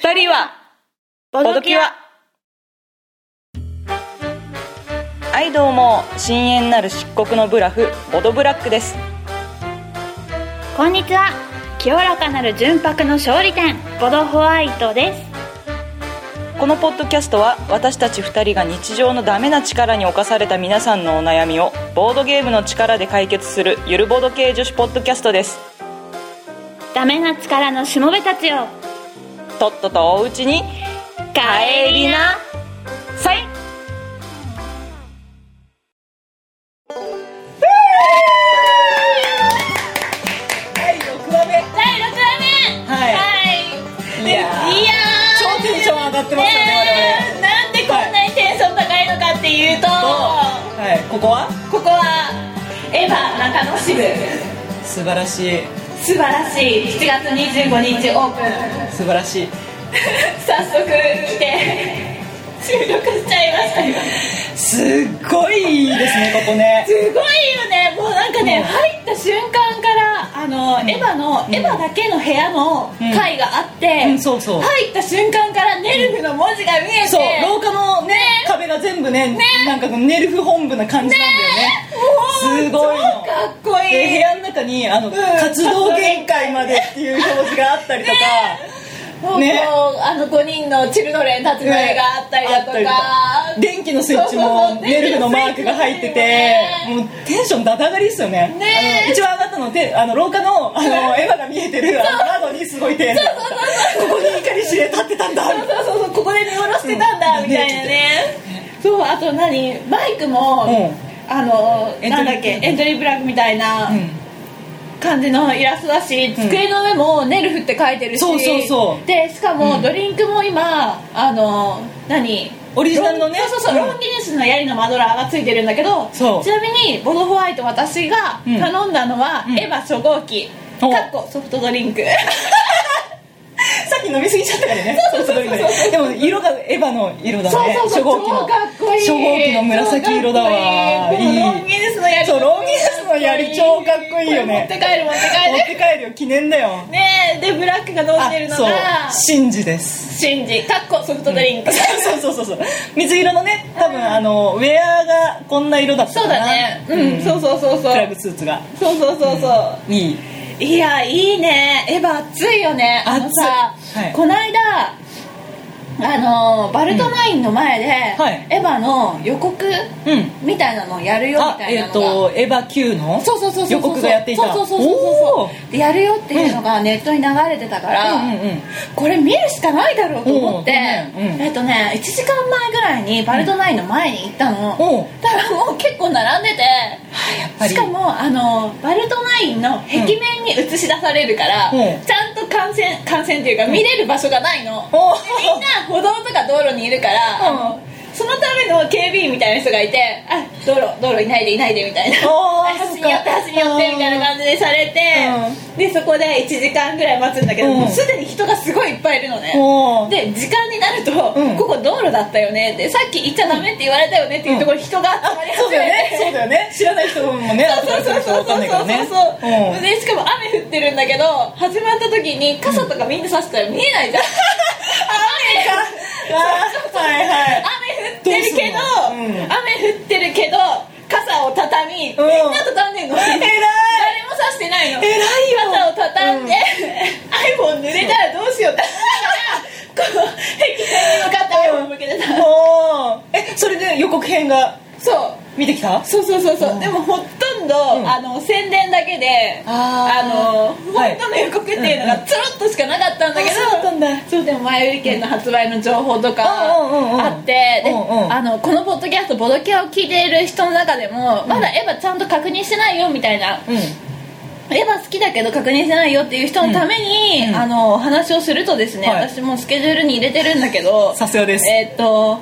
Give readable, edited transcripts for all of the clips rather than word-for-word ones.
二人はボドキュア。はいどうも、深淵なる漆黒のブラフボドブラックです。 こんにちは、清らかなる純白の勝利点ボドホワイトです。 このポッドキャストは私たち2人が日常のダメな力に侵された皆さんのお悩みをボードゲームの力で解決するゆるボード系女子ポッドキャストです。 ダメな力のしもべたちよ、 とっととおうちに帰りなさい。第6話目。はいいや超テンション上がってますよね、 なんでこんなにテンション高いのかっていうと、 ここはエヴァ中野支部、 素晴らしい素晴らしい。7月25日オープン、 素晴らしい早速来て収録しちゃいましたよ。 すっごいですね、ここね。 すごいよね。もうなんかね、入った瞬間からエヴァの、エヴァだけの部屋の階があって、 そうそう、 入った瞬間からネルフの文字が見えて、 そう、廊下のね壁が全部ねなんかネルフ本部な感じなんだよね。すごいの、 超かっこいい。 で部屋の中に活動限界までっていう表示があったりとかね、5人のチルドレンたちの絵があったりだとか、 電気のスイッチもネルフのマークが入ってて、もうテンションだだ上がりですよね。一番上がったので廊下のエヴァが見えてる窓にすごいテンション、ここに怒り司令立ってたんだ、 そうここで見下ろしてたんだ、みたいなね。そう、あとバイクもなんだっけ、エントリーブラックみたいな感じのイラストだし、机の上もネルフって書いてるし、そうでしかもドリンクも今オリジナルのね、 ロンギネスの槍のマドラーがついてるんだけど、ちなみにボドホワイト私が頼んだのは、エヴァ初号機かっこソフトドリンクさっき飲みすぎちゃったからね。でも色がエヴァの色だね。 初号機の超かっこいい、初号機の紫色だわ。 ロンギネスの槍、 そう、ロンギネスの槍超かっこいいよね。 持って帰るよ、記念だよね。でブラックが飲んでるのがシンジです。 シンジかっこソフトドリンク、 そう水色のね、多分ウェアがこんな色だったかな。 そうだね、そうクラブスーツがそういい。 いや、いいね。エヴァ熱いよね。この間バルトナインの前で、エヴァの予告みたいなのをやるよみたいなのが、 エヴァ Q の予告がやっていた。 そうでやるよっていうのがネットに流れてたから、これ見るしかないだろうと思って、1時間前ぐらいにバルトナインの前に行ったの。だからもう結構並んでて、しかもバルトナインの壁面に映し出されるから、ちゃんと観戦っていうか見れる場所がないの。みんな歩道とか道路にいるから、そのための警備員みたいな人がいて、道路いないでみたいな、端に寄ってみたいな感じでされて、でそこで1時間ぐらい待つんだけど、もうすでに人がすごいいっぱいいるのね。で時間になると、ここ道路だったよねって、さっき行っちゃダメって言われたよねっていうところに人が集まり始めて、 そうだよね、知らない人もね、 そうでしかも雨降ってるんだけど、始まった時に傘とかみんな差したら見えないじゃん。雨降ってるけど傘を畳み、みんな畳んでんの。誰も差してないの。傘を畳んで、iPhone 濡れたらどうしようってこう壁面に向かって iPhone 向けてた。 それで予告編が見てきた？ そうでもほとんど宣伝だけで、本当の予告っていうのがちょろっとしかなかったんだけど、そうでも前売り券の発売の情報とかあって、でこのポッドキャストボドキャを聞いている人の中でもまだエヴァちゃんと確認してないよみたいな、エヴァ好きだけど確認してないよっていう人のために、お話をするとですね、私もスケジュールに入れてるんだけど、 さすがです。 エヴァ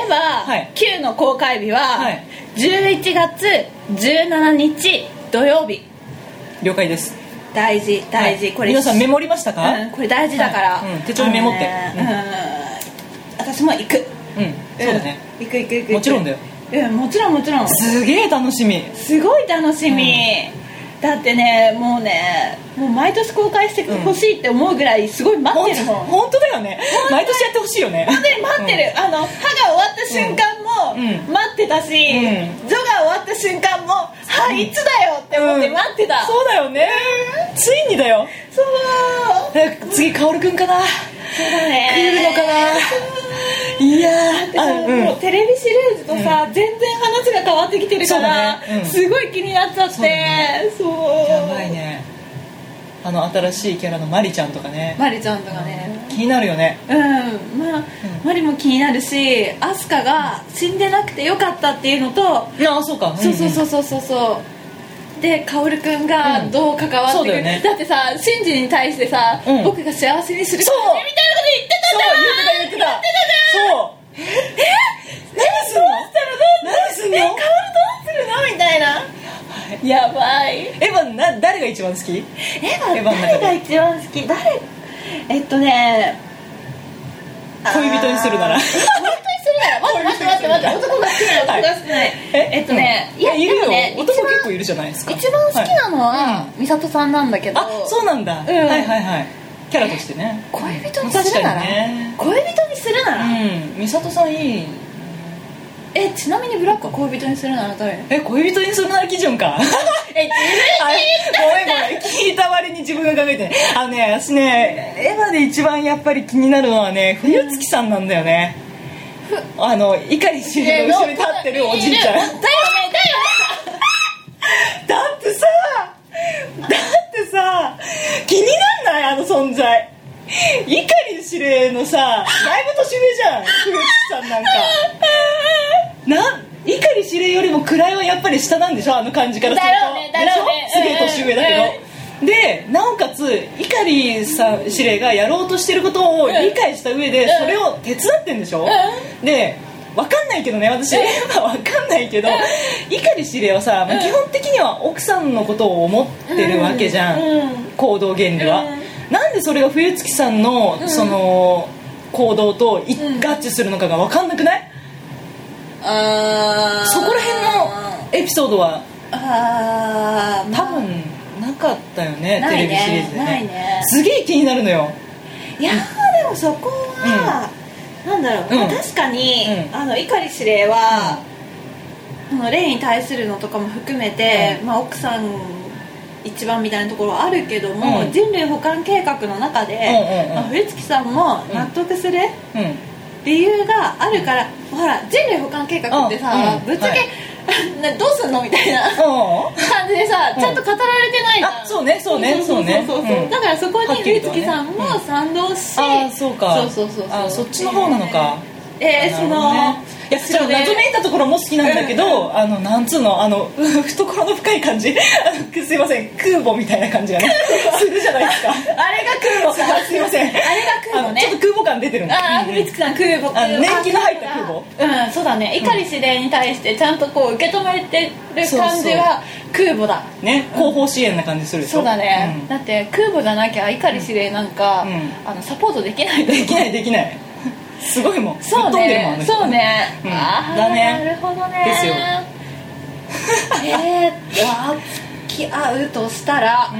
Q の公開日は11月17日土曜日。 了解です。 大事、これ皆さんメモりましたか？ これ大事だから、 手帳にメモって。 私も行く。 そうだね、 行く。 もちろんだよ。 もちろんすげえ楽しみ。 すごい楽しみ。 だってねもう毎年公開してほしいって思うぐらいすごい待ってるもん、 本当だよね、毎年やってほしいよね、 本当に待ってる、歯が終わった瞬間も待ってたし、ジョが終わった瞬間もいつだよって思って待ってた、 そうだよね、ついにだよ、 そう次カオルくんかな、 そうだね、 来るのかな、いやー、もうテレビシリーズとさ、全然話が変わってきてるから、すごい気になっちゃって、そうやばいね、新しいキャラのマリちゃんとかね、 マリちゃんとかね気になるよね、 マリも気になるし、アスカが死んでなくてよかったっていうのと、 そうか、 でカオルくんがどう関わってくる、だってさシンジに対してさ、僕が幸せにするからねみたいなこと言ってたじゃん、 言ってたそう何すんのカオルどうするのみたいな、やばい。 エヴァ誰が一番好き？エヴァ誰が一番好き？恋人にするなら待って男が好きな男が好きないいやいるよ、男結構いるじゃないですか。 一番好きなのは美里さんなんだけど、 そうなんだ、はいはいはい、キャラとしてね、 恋人にするなら美里さんいい。 ちなみにブラックは恋人にするなら誰？ 恋人にするなら基準か。ごめん聞いた割に自分が考えて私ねエヴァで一番やっぱり気になるのはね冬月さんなんだよね。碇シレの後ろに立ってるおじいちゃんだよねだってさ気になんない存在。碇シレのさだいぶ年上じゃん冬月さんなんか碇司令よりも位はやっぱり下なんでしょ、感じからすると。 だろうねすげえ年上だけど、でなおかつ碇さん司令がやろうとしてることを理解した上でそれを手伝ってんでしょ、で分かんないけどね、私分かんないけど碇司令はさ、基本的には奥さんのことを思ってるわけじゃん、行動原理は、なんでそれが冬月さんのその行動と合致するのかが分かんなくない？そこら辺のエピソードは多分なかったよね、テレビシリーズでね。すげえ気になるのよ。 いやでもそこは、なんだろう、確かに碇司令は、レイに対するのとかも含めて、奥さん一番みたいなところはあるけども、人類補完計画の中で、冬月さんも納得する、理由があるから、ほら人類補完計画ってさ、ぶっちゃけ、どうすんのみたいな感じでさ、ちゃんと語られてないじゃん。 そうねだからそこに冬月さんも賛同し、 そうそっちの方なのか。いや謎めいたところも好きなんだけど、なんつうの懐の深い感じすいません、空母みたいな感じがねするじゃないですか。あれが空母か。 すいません、あれが空母ね。 ちょっと空母感出てるの。 冬月さん空母、 年季の入った空母。 そうだね。碇司令に対してちゃんとこう受け止めてる感じは空母だね。後方支援な感じするでしょ。 そうだね。だって空母じゃなきゃ碇司令なんかサポートできない。 できないすごいもん。 そうね。そうね。 だね。 なるほどね。 ですよ。 付き合うとしたら、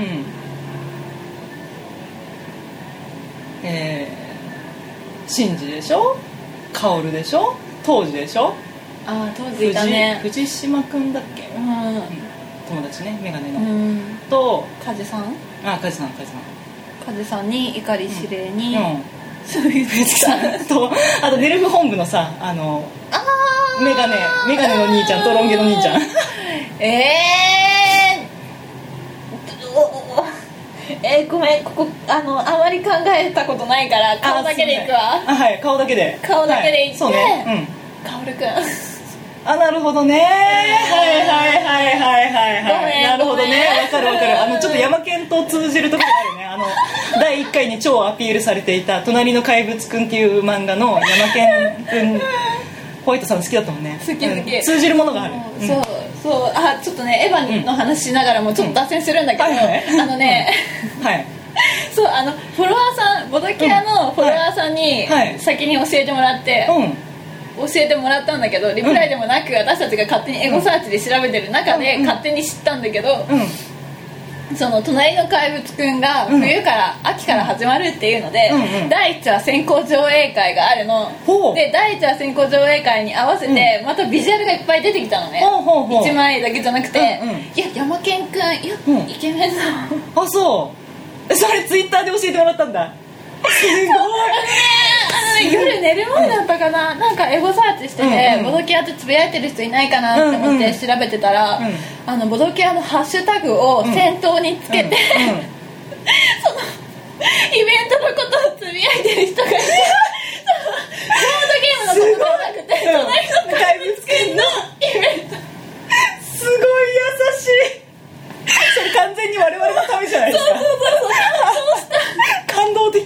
シンジでしょ、カオルでしょ、当時でしょ。 当時いたね。 藤島くんだっけ、友達ね、メガネの、と梶さん梶さんに碇司令に、 冬月さんと、あとネルフ本部のさ、メガネの兄ちゃんとロン毛の兄ちゃんごめん、ここあまり考えたことないから顔だけでいくわ。 はい、顔だけでいって、 そうね、カオルくんなるほどね。はいなるほどね。わかる。ちょっとヤマケンと通じるところがあるね。第1回に超アピールされていた隣の怪物くんっていう漫画のヤマケンくん、ホワイトさん好きだったもんね。 好き、 通じるものがある。 そうちょっとねエヴァの話しながらもちょっと脱線するんだけど、そうフォロワーさん、ボドキアのフォロワーさんに先に教えてもらって、教えてもらったんだけど、リプライでもなく私たちが勝手にエゴサーチで調べてる中で勝手に知ったんだけど、 その隣の怪物くんが冬から、秋から始まるっていうので、第1話先行上映会があるので、第1話先行上映会に合わせてまたビジュアルがいっぱい出てきたのね。1枚だけじゃなくて、いや山健くん、いや、イケメンだ。 あ、そうそれツイッターで教えてもらったんだ。すごい夜寝る前だったかな、なんかエゴサーチしてて、ボドキアってつぶやいてる人いないかなって思って調べてたら、ボドキアのハッシュタグを先頭につけて、そのイベントのことをつぶやいてる人がいて、ボードゲームのことじゃなくて、隣の怪物くんのイベント。 すごい優しい。それ完全に我々のためじゃないですか。感動的。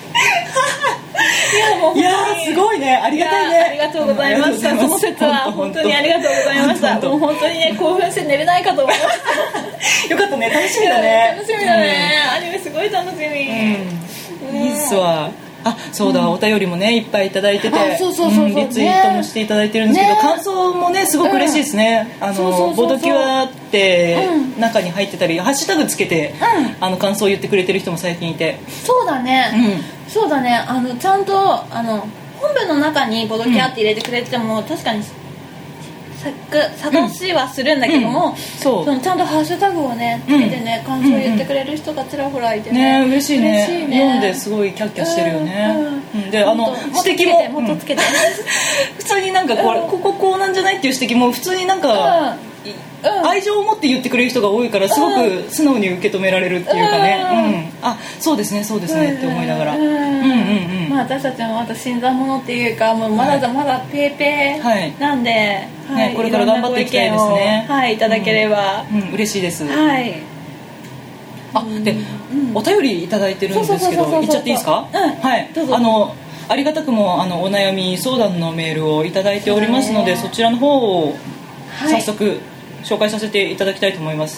いやすごいね、ありがたいね。 ありがとうございました。その説は本当にありがとうございました。もう本当にね、興奮して寝れないかと思いました。 よかったね、楽しみだね。 楽しみだね、アニメすごい楽しみ。 いいっすわ。あ、そうだ、お便りもねいっぱいいただいてて、リツイートもしていただいてるんですけど、感想もねすごく嬉しいですね。ボドキュアって中に入ってたり、ハッシュタグつけて感想を言ってくれてる人も最近いて。 そうだね、そうだね、ちゃんと本文の中にボドキュアって入れてくれても、確かに探しはするんだけども、そのちゃんとハッシュタグをねつけてね、感想を言ってくれる人がちらほらいてね、 嬉しいね。読んですごいキャッキャしてるよね。で、指摘ももっとつけて普通になんかこうなんじゃないっていう指摘も普通になんか愛情を持って言ってくれる人が多いから、すごく素直に受け止められるっていうかね、あ、そうですねそうですねって思いながら、 まあ私たちもまた新参者っていうか、もうまだペーペーなんで、 これから頑張っていきたいですね。 いただければ嬉しいです。あ、でお便りいただいてるんですけど、言っちゃっていいですか？はい、どうぞ。ありがたくもお悩み相談のメールをいただいておりますので、そちらの方を早速紹介させていただきたいと思います。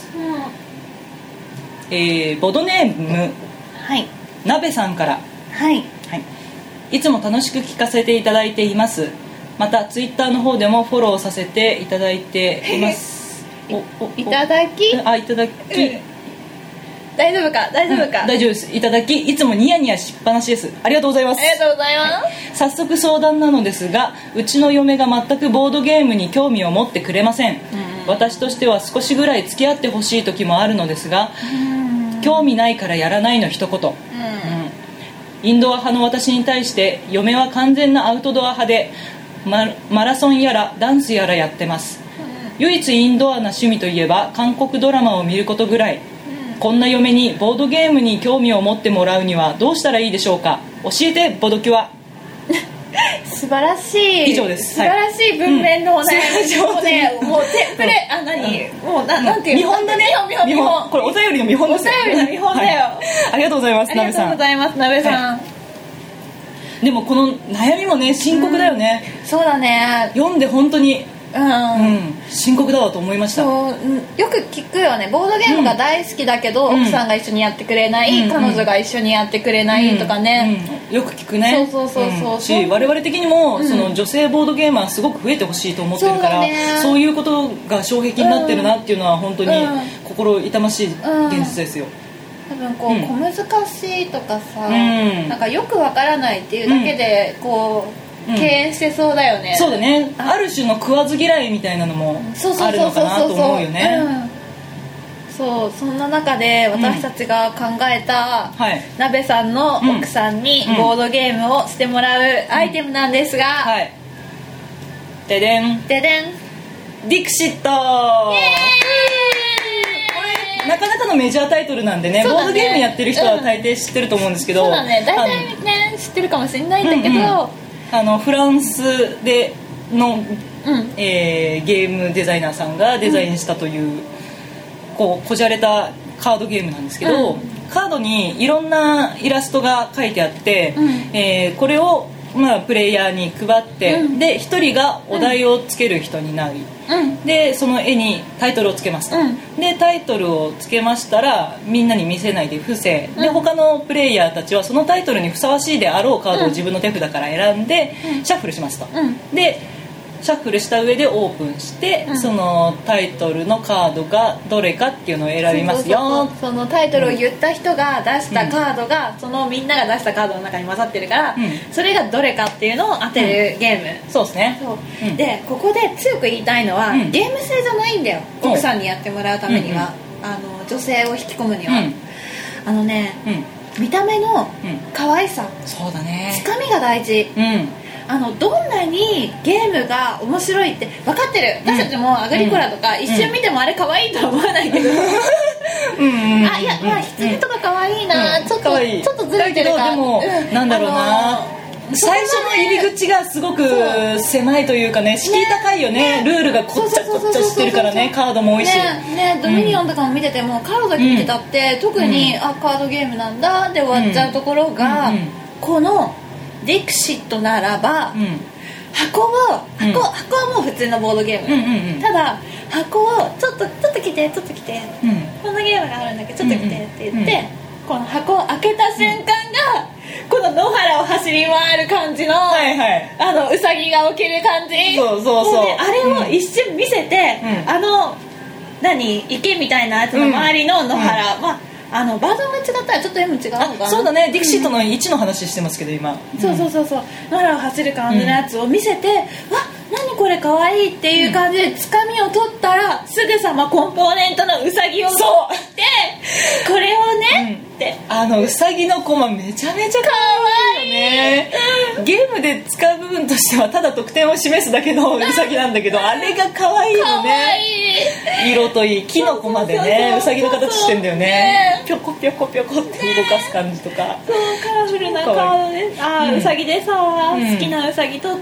ボドネーム、なべさんから、いつも楽しく聞かせていただいています。またツイッターの方でもフォローさせていただいています。 いただき、大丈夫か大丈夫です。いただき、いつもニヤニヤしっぱなしです。ありがとうございます。 ありがとうございます。 早速相談なのですが、うちの嫁が全くボードゲームに興味を持ってくれません。私としては少しぐらい付き合ってほしい時もあるのですが、興味ないからやらないの一言。インドア派の私に対して嫁は完全なアウトドア派で、マラソンやらダンスやらやってます。唯一インドアな趣味といえば韓国ドラマを見ることぐらい。こんな嫁にボードゲームに興味を持ってもらうにはどうしたらいいでしょうか？教えて、ボドキュア。 素晴らしい。 以上です。 素晴らしい文面のお悩みをね、もうテンプレ、もうなんていう見本だね。見本。これお便りの見本ですよ。 お便りの見本だよ。 ありがとうございます、なべさん。 ありがとうございます、なべさん。 でもこの悩みもね、深刻だよね。 そうだね。 読んで本当に深刻だわと思いました。 そう、よく聞くよね。ボードゲームが大好きだけど、奥さんが一緒にやってくれない、彼女が一緒にやってくれないとかね、 よく聞くね。 そうし、我々的にもその女性ボードゲーマーすごく増えてほしいと思ってるから、そういうことが障壁になってるなっていうのは本当に心痛ましい現実ですよ。 多分こう、小難しいとかさ、なんかよくわからないっていうだけでこう、敬遠してそうだよね。 そうだね。ある種の食わず嫌いみたいなのもあるのかなと思うよね。 そう、そんな中で私たちが考えた、なべさんの奥さんにボードゲームをしてもらうアイテムなんですが、 ででんででん、 ディクシット。なかなかのメジャータイトルなんでね、ボードゲームやってる人は大抵知ってると思うんですけど、 そうだね、大体ね知ってるかもしれないんだけど、 フランスでの、ゲームデザイナーさんがデザインしたという、こじゃれたカードゲームなんですけど、カードにいろんなイラストが書いてあって、これをプレイヤーに配って、で1人がお題をつける人になり、でその絵にタイトルをつけますと、でタイトルをつけましたらみんなに見せないで伏せ、で他のプレイヤーたちはそのタイトルにふさわしいであろうカードを自分の手札から選んで、シャッフルしますと、でシャッフルした上でオープンして、そのタイトルのカードがどれかっていうのを選びますよ。 そのタイトルを言った人が出したカードが、そのみんなが出したカードの中に混ざってるから、それがどれかっていうのを当てるゲーム、 そうですね。 でここで強く言いたいのは、ゲーム性じゃないんだよ、奥さんにやってもらうためには、女性を引き込むには、見た目の可愛さ、 そうだね、 つかみが大事、どんなにゲームが面白いって分かってる、私たちもアグリコラとか一瞬見てもあれ可愛いとは思わないけど、いや羊とか可愛いな、ちょっとずれてるか、 でも、なんだろうな、最初の入り口がすごく狭いというかね、敷居高いよね、ルールがこっちゃこっちゃしてるからね、カードも多いしね、ドミニオンとかも見ててもカードだけ見てたって、特にカードゲームなんだって終わっちゃうところが、このディクシットならば、箱はもう普通のボードゲーム、ただ箱をちょっと来て、こんなゲームがあるんだけどちょっと来てって言って、この箱を開けた瞬間が、この野原を走り回る感じの、ウサギが起きる感じ、あれを一瞬見せて、池みたいなやつの周りの野原、バージョンが違ったらちょっと M 違うのかな、 そうだね、ディクシットの1の話してますけど今、 そう野原を走る感じのやつを見せて、わ、何これ可愛いっていう感じでつかみを取ったら、すぐさまコンポーネントのウサギを取ってこれをね、ってウサギのコマめちゃめちゃ可愛いよね、ゲームで使う部分としてはただ得点を示すだけのウサギなんだけど、あれが可愛いよね、色といい木のコマでね、ウサギの形してんだよね、ぴょこぴょこぴょこって動かす感じとか、 カラフルなカードで、ウサギでさ、好きなウサギ取って、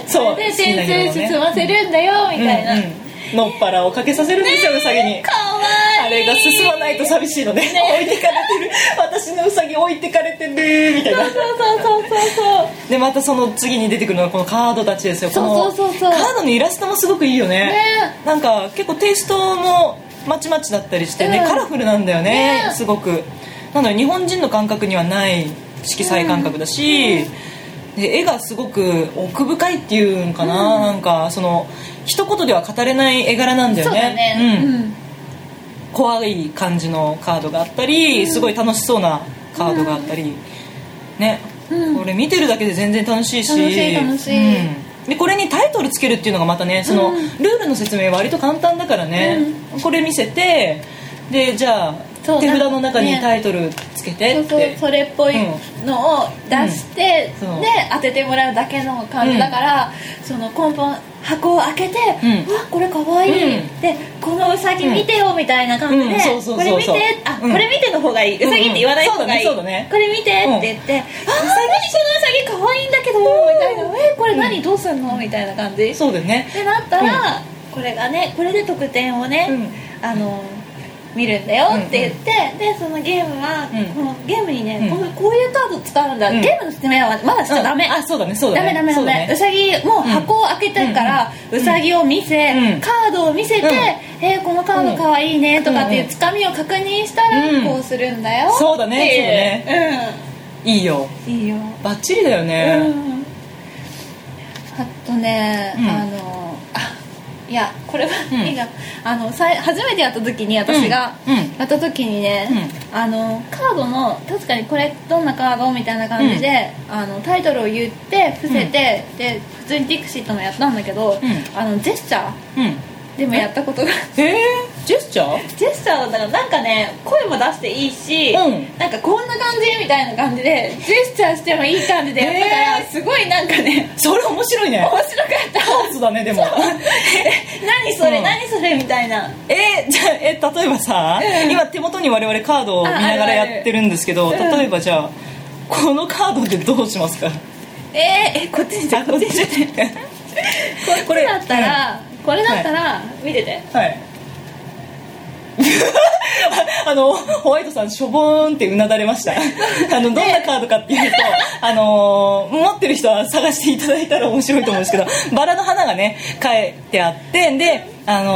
それで点数進ませるんだよみたいな、 のっぱらをかけさせるんですよ、ウサギに。 かわいい。 あれが進まないと寂しいので、置いてかれてる、私のウサギ置いてかれてるみたいな。そうで、またその次に出てくるのがこのカードたちですよ。このカードのイラストもすごくいいよね。なんか結構テイストもまちまちだったりしてね、カラフルなんだよね、すごく。なので日本人の感覚にはない色彩感覚だし、で絵がすごく奥深いっていうんかな、なんかその一言では語れない絵柄なんだよね。怖い感じのカードがあったり、すごい楽しそうなカードがあったりね、これ見てるだけで全然楽しいし、 楽しい、 でこれにタイトルつけるっていうのがまたね、そのルールの説明割と簡単だからね、これ見せて、でじゃあ手札の中にタイトルつけてって、 それっぽいのを出して、で当ててもらうだけの感じだから、その根本箱を開けて、うわこれかわいい、でこのウサギ見てよみたいな感じで、これ見て、これ見ての方がいい、ウサギって言わない方がいい、これ見てって言って、何このウサギかわいいんだけどみたいな、これ何どうすんのみたいな感じ、 そうだよねってなったら、これがね、これで得点をね、見るんだよって言って、でそのゲームは、このゲームにね、こういうカード使うんだ、ゲームの説明はまだしちゃダメ、 そうだね、 ダメ、ウサギも箱を開けてから、ウサギを見せ、カードを見せて、このカードかわいいねとかっていうつかみを確認したら、こうするんだよっていう、 そうだね、いいよバッチリだよね。 あとね、いやこれはいいな、初めてやった時に、私がやった時にね、カードの確かにこれどんなカードみたいな感じで、タイトルを言って伏せて、で普通にディクシットもやったんだけど、ジェスチャーでもやったことがジェスチャーだから、なんかね声も出していいし、なんかこんな感じみたいな感じでジェスチャーしてもいい感じでやったから、すごいなんかね、 それ面白いね、 面白かった。 ハーツだね、でも何それ、何それみたいな。 じゃあ例えばさ、今手元に我々カードを見ながらやってるんですけど、例えばじゃあこのカードでどうしますか？ こっちにこっちにこれだったら、これだったら見てて、 ホワイトさんしょぼーんってうなだれましたどんなカードかっていうと、持ってる人は探していただいたら面白いと思うんですけど、バラの花がね書いてあって、で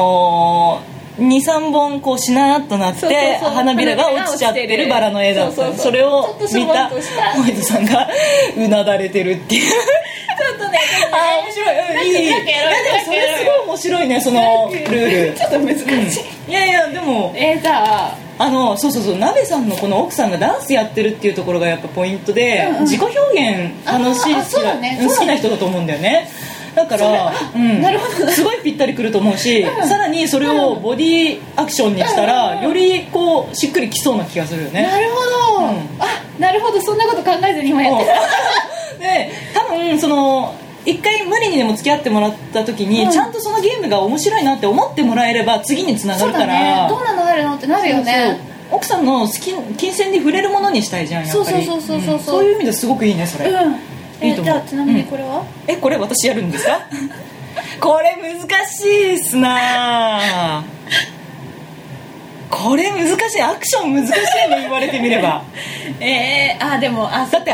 2,3 本こうしなーっとなって、花びらが落ちちゃってるバラの絵だった。それを見たホワイトさんがうなだれてるっていうっとねあ面白い、いい。いやでもそれすごい面白いね、そのルール。 ちょっと難しい、 いやいやでもじゃあそう鍋さんのこの奥さんがダンスやってるっていうところがやっぱポイントで、自己表現楽しい好きな人だと思うんだよね。だから、 なるほど、 すごいぴったりくると思うし、さらにそれをボディアクションにしたら、よりこうしっくりきそうな気がするよね。 なるほど、なるほど、そんなこと考えずに今やってた。 で多分その一回無理にでも付き合ってもらった時に、ちゃんとそのゲームが面白いなって思ってもらえれば次につながるから、 ね、どんなのあるのってなるよね。 奥さんの金銭に触れるものにしたいじゃん、やっぱり。そういう意味ですごくいいねそれ。いいと思う。 じゃあちなみにこれは、 これ私やるんですか？これ難しいっすな。これ難しい、アクション難しいね、言われてみれば。 でもだって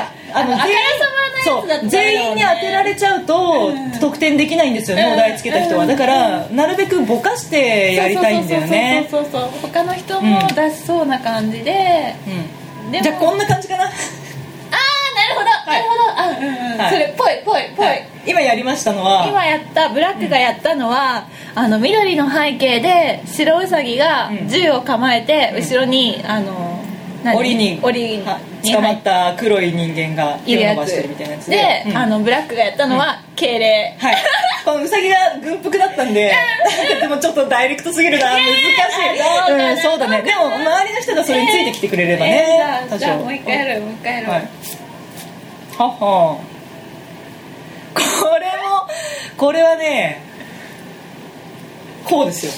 全員に当てられちゃうと得点できないんですよね、お題つけた人は。だからなるべくぼかしてやりたいんだよね。 他の人も出しそうな感じで、 じゃあこんな感じかな。 なるほど、それっぽい、 今やりましたのは、 今やったブラックがやったのは、緑の背景で白ウサギが銃を構えて、後ろに檻に捕まった黒い人間が手を伸ばしてるみたいなやつで、 ブラックがやったのは敬礼。 このウサギが軍服だったんででもちょっとダイレクトすぎるな、難しい。そうだね。でも周りの人がそれについてきてくれればね。 じゃあもう一回やる。 はは。これはね、こうですよ。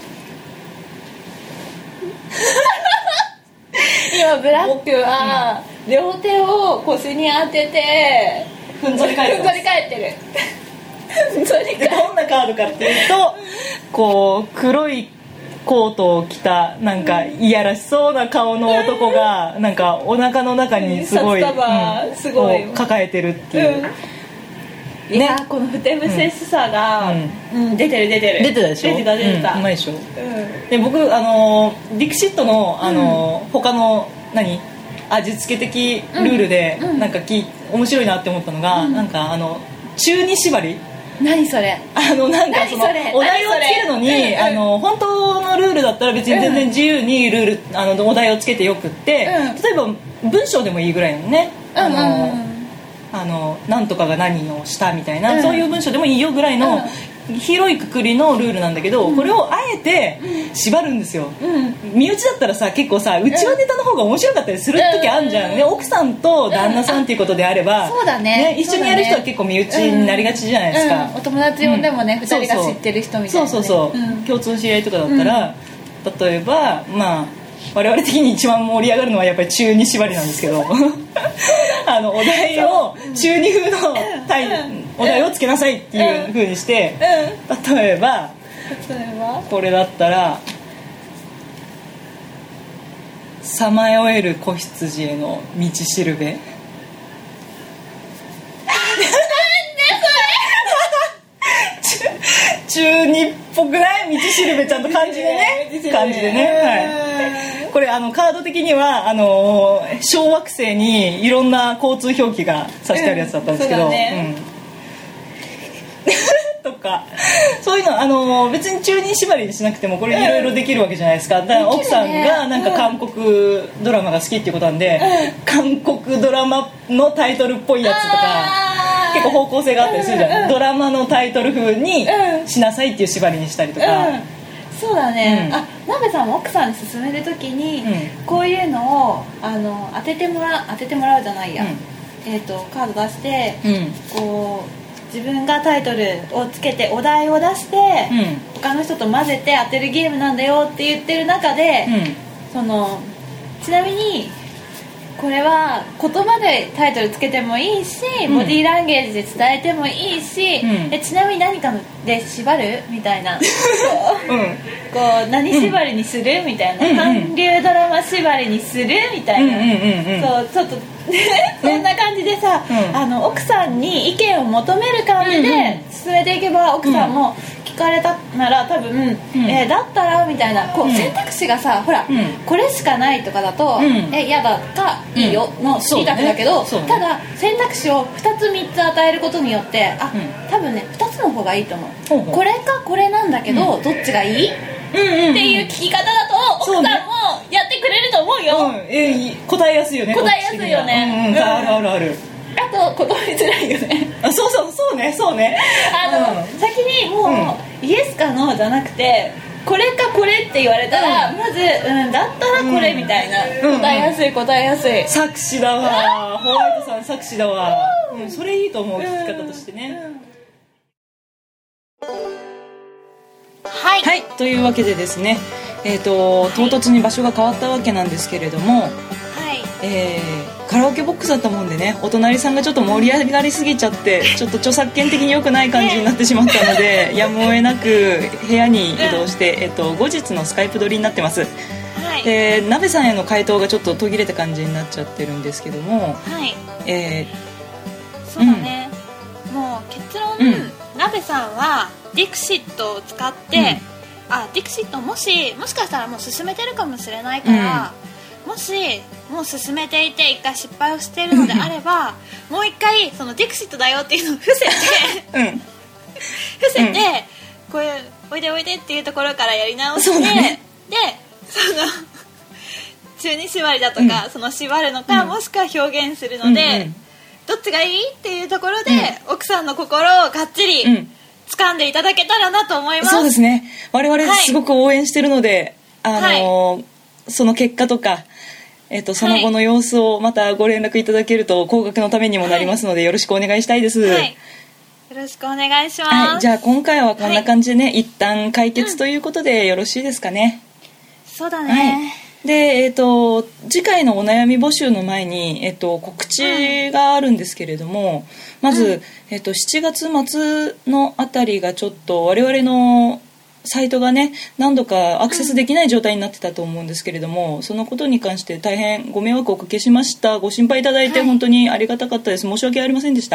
今ブラックは両手を腰に当ててふんぞり返ってる。 でどんなカードかっていうと、こう黒いコートを着たなんかいやらしそうな顔の男がなんかお腹の中にすごい抱えてるっていう、 このふてぶせしさが出てたでしょ。出てたうまいでしょ。で僕ディクシットの他の味付け的ルールでなんか面白いなって思ったのが、なんか中二縛り。 何それ。 なんかそのお題をつけるのに本当のルールだったら別に全然自由にルールお題をつけてよくって、例えば文章でもいいぐらいのね、なんとかが何をしたみたいな、そういう文章でもいいよぐらいの広いくくりのルールなんだけど、これをあえて縛るんですよ。身内だったらさ、結構さ、うちわネタの方が面白かったりする時あるじゃん、奥さんと旦那さんっていうことであれば、一緒にやる人は結構身内になりがちじゃないですか。 お友達呼んでもね、2人が知ってる人みたいな。 共通の知り合いとかだったら、例えば我々的に一番盛り上がるのはやっぱり中二縛りなんですけどお題を中二風のお題をつけなさいっていう風にして、例えばこれだったらさまよえる子羊への道しるべ。中二っぽくない？道しるべちゃんと漢字でね、これカード的には小惑星にいろんな交通表記が指してあるやつだったんですけど、とかそういうの別に中二縛りにしなくてもこれいろいろできるわけじゃないですか。だから奥さんがなんか韓国ドラマが好きっていうことなんで、韓国ドラマのタイトルっぽいやつとか結構方向性があったりするじゃん。ドラマのタイトル風にしなさいっていう縛りにしたりとか。 そうだね。なべさんも奥さんに勧めるときに、こういうのを当ててもらうじゃないや、カード出して、こう自分がタイトルをつけてお題を出して、他の人と混ぜて当てるゲームなんだよって言ってる中で、ちなみにこれは言葉でタイトルつけてもいいし、ボディーランゲージで伝えてもいいし、ちなみに何かで縛るみたいなこう何縛りにするみたいな、韓流ドラマ縛りにするみたいな、そうちょっとそんな感じでさ、奥さんに意見を求める感じで進めていけば、奥さんも聞かれたなら多分、だったらみたいなこう、選択肢がさほら、これしかないとかだと、嫌だかいいよの2択だけど、ただ選択肢を2つ3つ与えることによって多分ね2つの方がいいと思う。これかこれなんだけど、どっちがいいっていう聞き方だと奥さんもやってくれると思うよ。 答えやすいよね。 答えやすいよね。 あるあるある。 あと断りづらいよね。 そうね先にもう、イエスかノーじゃなくてこれかこれって言われたら、まず、だったらこれみたいな、答えやすい作詞だわ。ホワイトさん作詞だわ。それいいと思う、聞き方としてね。はい、というわけでですね、唐突に場所が変わったわけなんですけれども、カラオケボックスだったもんでね、お隣さんがちょっと盛り上がりすぎちゃってちょっと著作権的に良くない感じになってしまったのでやむを得なく部屋に移動して、後日のスカイプ撮りになってます。で鍋さんへの回答がちょっと途切れた感じになっちゃってるんですけども、 そうだね、もう結論、鍋さんはディクシットを使って、ディクシットもしかしたらもう進めてるかもしれないから、もしもう進めていて一回失敗をしているのであればもう一回そのディクシットだよっていうのを伏せてこういうおいでおいでっていうところからやり直して、でその中二縛りだとか、その縛るのか、もしくは表現するので、どっちがいいっていうところで、奥さんの心をがっちり掴んでいただけたらなと思います。 そうですね、我々すごく応援してるので、その結果とかその後の様子をまたご連絡いただけると高額のためにもなりますので、よろしくお願いしたいです。 よろしくお願いします。 じゃあ今回はこんな感じでね、一旦解決ということでよろしいですかね。 そうだね。 で次回のお悩み募集の前に、告知があるんですけれども、まず、7月末のあたりがちょっと我々のサイトがね何度かアクセスできない状態になってたと思うんですけれども、そのことに関して大変ご迷惑をおかけしました。ご心配いただいて本当にありがたかったです。申し訳ありませんでした。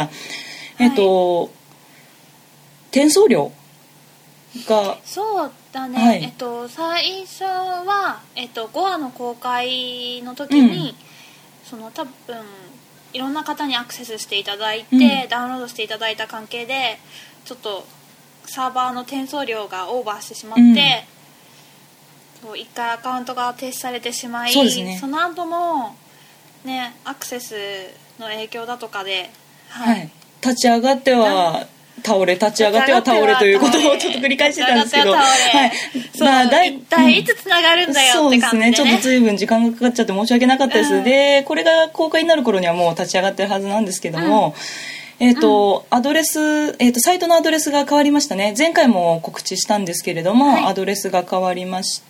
転送料がそうだね、最初は、5話の公開の時に、その多分いろんな方にアクセスしていただいて、ダウンロードしていただいた関係でちょっとサーバーの転送量がオーバーしてしまって、一回アカウントが停止されてしまい、 その後もねアクセスの影響だとかで、 立ち上がっては倒れ立ち上がっては倒れということをちょっと繰り返してたんですけど、 一体いつつながるんだよって感じでね。 ちょっと随分時間がかかっちゃって申し訳なかったです。でこれが公開になる頃にはもう立ち上がってるはずなんですけども、アドレス、サイトのアドレスが変わりましたね。前回も告知したんですけれども、アドレスが変わりまして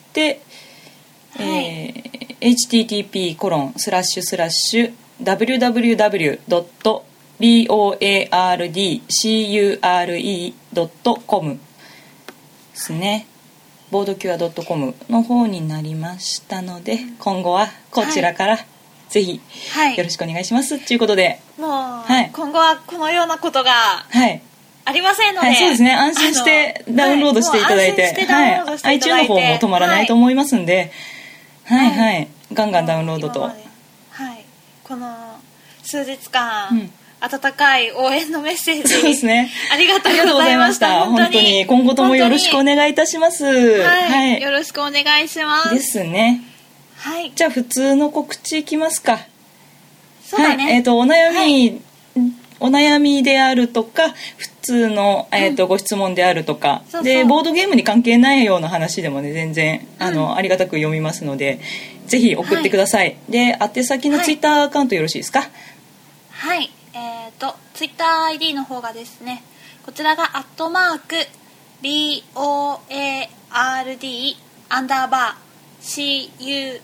、http://www.boardcure.com ですね。ボードキュア .com の方になりましたので、今後はこちらから、ぜひよろしくお願いしますということで、 もう、今後はこのようなことがありませんので、 そうですね、安心してダウンロードしていただいて、iTunes の方も止まらないと思いますんで、ガンガンダウンロードと、 この数日間、温かい応援のメッセージ、 そうですね、 ありがとうございました。 本当に今後ともよろしくお願いいたします。よろしくお願いしますですね。じゃあ普通の告知いきますか。 そうだね。 お悩みであるとか普通の、ご質問であるとか、でボードゲームに関係ないような話でもね全然ありがたく読みますので、ぜひ送ってください。で宛先のツイッターアカウントよろしいですか。 ツイッター ID の方がですね、こちらが@BOARD_CURE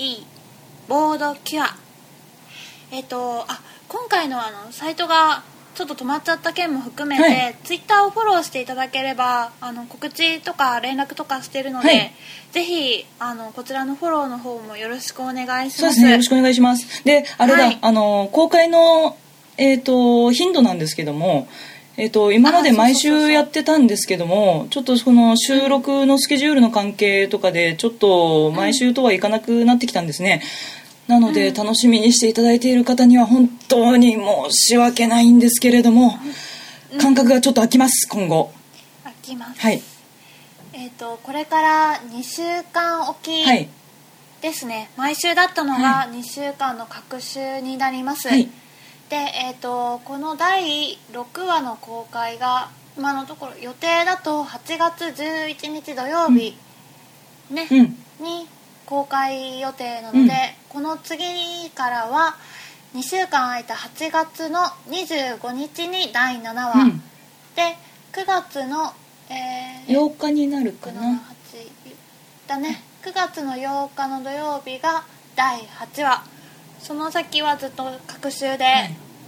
ボードキュア。今回のサイトがちょっと止まっちゃった件も含めて、ツイッターをフォローしていただければ告知とか連絡とかしてるので、ぜひこちらのフォローの方もよろしくお願いします。 そうですね、よろしくお願いします。であれだ、公開の、頻度なんですけども、今まで毎週やってたんですけども、ちょっとその収録のスケジュールの関係とかでちょっと毎週とはいかなくなってきたんですね。なので、楽しみにしていただいている方には本当に申し訳ないんですけれども、間隔がちょっと空きます。今後空きます。 はい。 これから2週間おきですね、毎週だったのが2週間の隔週になります。で、この第6話の公開が今のところ予定だと8月11日土曜日、に公開予定なので、この次からは2週間空いた8月の25日に第7話、で9月の、 8日になるかなだね、9月の8日の土曜日が第8話、その先はずっと隔週で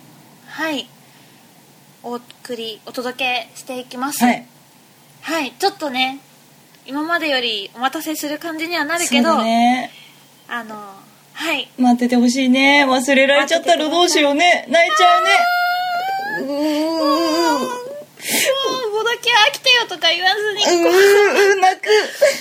お届けしていきます。ちょっとね今までよりお待たせする感じにはなるけど、 そうだね、 待っててほしいね。忘れられちゃったらどうしようね。泣いちゃうね。 もうボドキ飽きてよとか言わずに泣く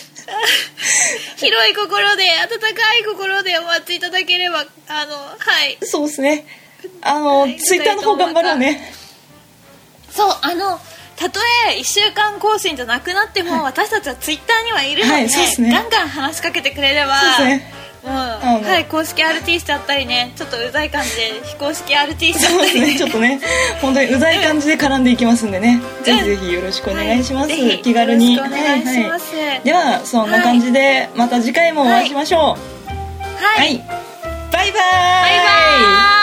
広い心で温かい心でお待ちいただければそうですね、ツイッターの方頑張ろうね。 そうたとえ1週間更新じゃなくなっても、私たちはツイッターにはいるので、ガンガン話しかけてくれれば、公式 RT しちゃったりね、ちょっとうざい感じで非公式 RT しちゃったり、 ちょっとね本当にうざい感じで絡んでいきますんでね、ぜひぜひよろしくお願いします。気軽によろしくお願いします。 ではそんな感じでまた次回もお会いしましょう。バイバーイ。